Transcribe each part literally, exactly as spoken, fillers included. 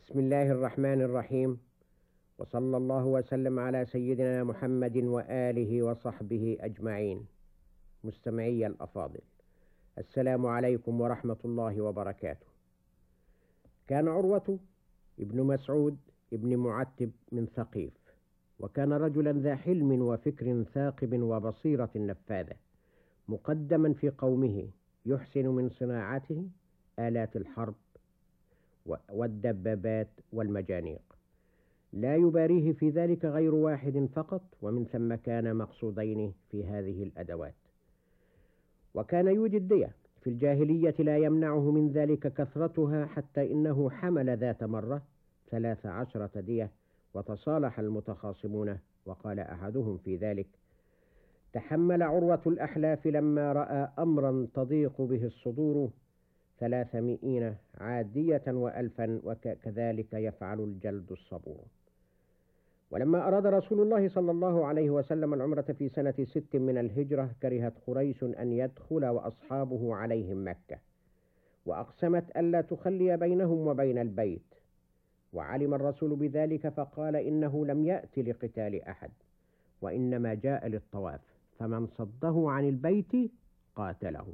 بسم الله الرحمن الرحيم. وصلى الله وسلم على سيدنا محمد وآله وصحبه أجمعين. مستمعي الأفاضل، السلام عليكم ورحمة الله وبركاته. كان عروة ابن مسعود ابن معتب من ثقيف، وكان رجلا ذا حلم وفكر ثاقب وبصيرة نفاذة، مقدما في قومه، يحسن من صناعته آلات الحرب والدبابات والمجانيق، لا يباريه في ذلك غير واحد فقط، ومن ثم كان مقصودين في هذه الأدوات. وكان يوجد دية في الجاهلية لا يمنعه من ذلك كثرتها، حتى إنه حمل ذات مرة ثلاث عشرة دية، وتصالح المتخاصمون، وقال أحدهم في ذلك: تحمل عروة الأحلاف لما رأى أمرا تضيق به الصدور ثلاثمائين عادية وألفا، وكذلك يفعل الجلد الصبور. ولما أراد رسول الله صلى الله عليه وسلم العمرة في سنة ست من الهجرة، كرهت قريش أن يدخل وأصحابه عليهم مكة، وأقسمت ألا تخلي بينهم وبين البيت. وعلم الرسول بذلك، فقال: إنه لم يأت لقتال أحد، وإنما جاء للطواف، فمن صده عن البيت قاتله.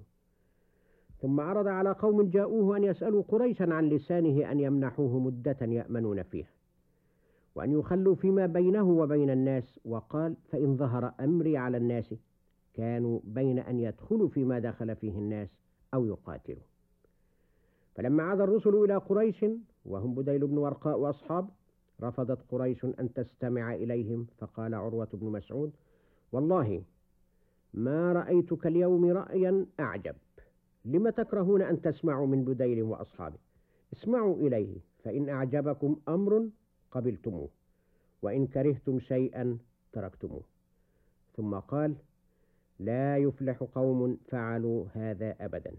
ثم عرض على قوم جاءوه أن يسألوا قريشا عن لسانه أن يمنحوه مدة يأمنون فيها، وأن يخلوا فيما بينه وبين الناس. وقال: فإن ظهر أمري على الناس كانوا بين أن يدخلوا فيما دخل فيه الناس أو يقاتلوا. فلما عاد الرسل إلى قريش، وهم بديل بن ورقاء وأصحاب، رفضت قريش أن تستمع إليهم. فقال عروة بن مسعود: والله ما رأيتك اليوم رأيا أعجب. لم تكرهون أن تسمعوا من بديل وأصحابه؟ اسمعوا إليه، فإن أعجبكم أمر قبلتموه، وإن كرهتم شيئا تركتموه. ثم قال: لا يفلح قوم فعلوا هذا أبدا.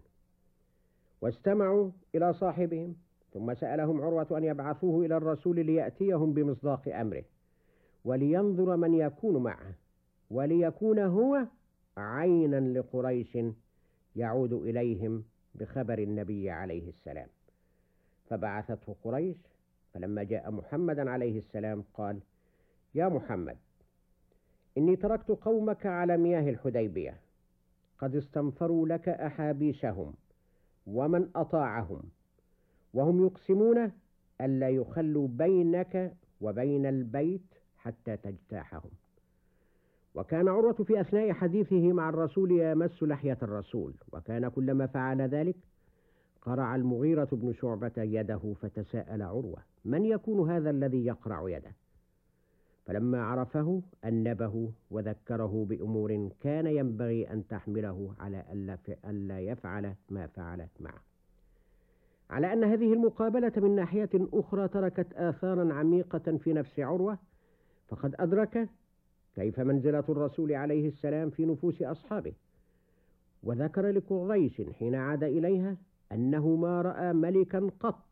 واستمعوا إلى صاحبهم، ثم سألهم عروة أن يبعثوه إلى الرسول ليأتيهم بمصداق أمره، ولينظر من يكون معه، وليكون هو عينا لقريش يعود إليهم بخبر النبي عليه السلام. فبعثته قريش. فلما جاء محمدا عليه السلام قال: يا محمد، إني تركت قومك على مياه الحديبية، قد استنفروا لك أحابيشهم ومن أطاعهم، وهم يقسمون ألا يخلوا بينك وبين البيت حتى تجتاحهم. وكان عروة في أثناء حديثه مع الرسول يمس لحية الرسول، وكان كلما فعل ذلك قرع المغيرة بن شعبة يده، فتساءل عروة: من يكون هذا الذي يقرع يده؟ فلما عرفه أنبه وذكره بأمور كان ينبغي أن تحمله على ألا يفعل ما فعل معه. على أن هذه المقابلة من ناحية أخرى تركت آثارا عميقة في نفس عروة، فقد أدرك كيف منزلة الرسول عليه السلام في نفوس أصحابه. وذكر لقريش حين عاد إليها أنه ما رأى ملكا قط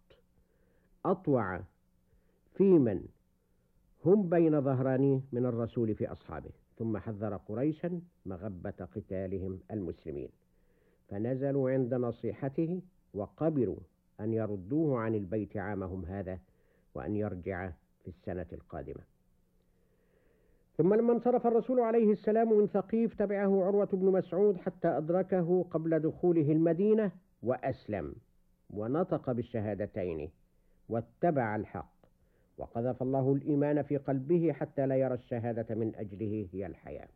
أطوع في من هم بين ظهرانيه من الرسول في أصحابه. ثم حذر قريشا مغبة قتالهم المسلمين، فنزلوا عند نصيحته وقبلوا أن يردوه عن البيت عامهم هذا، وأن يرجع في السنة القادمة. ثم لما انصرف الرسول عليه السلام من ثقيف، تبعه عروة بن مسعود حتى أدركه قبل دخوله المدينة، وأسلم ونطق بالشهادتين واتبع الحق، وقذف الله الإيمان في قلبه حتى لا يرى الشهادة من أجله هي الحياة.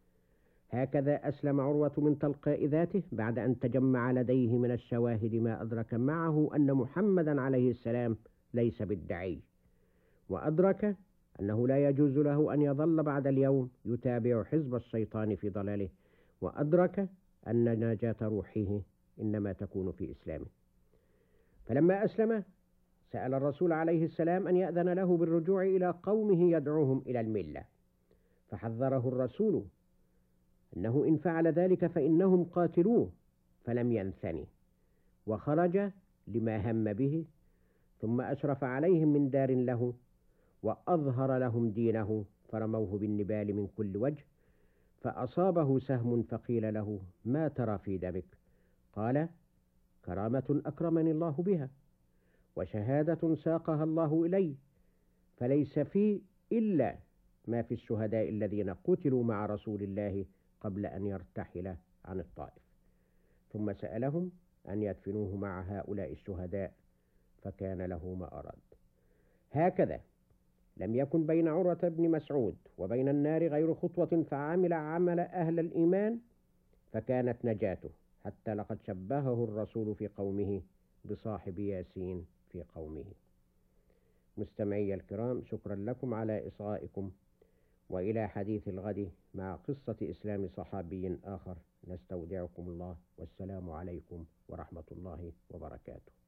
هكذا أسلم عروة من تلقاء ذاته، بعد أن تجمع لديه من الشواهد ما أدرك معه أن محمدا عليه السلام ليس بالدعي، وأدرك أنه لا يجوز له أن يظل بعد اليوم يتابع حزب الشيطان في ضلاله، وأدرك أن نجاة روحه إنما تكون في إسلامه. فلما أسلم سأل الرسول عليه السلام أن يأذن له بالرجوع إلى قومه يدعوهم إلى الملة، فحذره الرسول أنه إن فعل ذلك فإنهم قاتلوه، فلم ينثني، وخرج لما هم به. ثم أشرف عليهم من دار له، وأظهر لهم دينه، فرموه بالنبال من كل وجه، فأصابه سهم، فقيل له: ما ترى في دمك؟ قال: كرامة أكرمني الله بها، وشهادة ساقها الله إليه، فليس فيه إلا ما في الشهداء الذين قتلوا مع رسول الله قبل أن يرتحل عن الطائف. ثم سألهم أن يدفنوه مع هؤلاء الشهداء، فكان له ما أراد. هكذا لم يكن بين عروة بن مسعود وبين النار غير خطوة، فعمل عمل أهل الإيمان فكانت نجاته، حتى لقد شبهه الرسول في قومه بصاحب ياسين في قومه. مستمعي الكرام، شكرا لكم على إصغائكم، وإلى حديث الغد مع قصة إسلام صحابي آخر، نستودعكم الله، والسلام عليكم ورحمة الله وبركاته.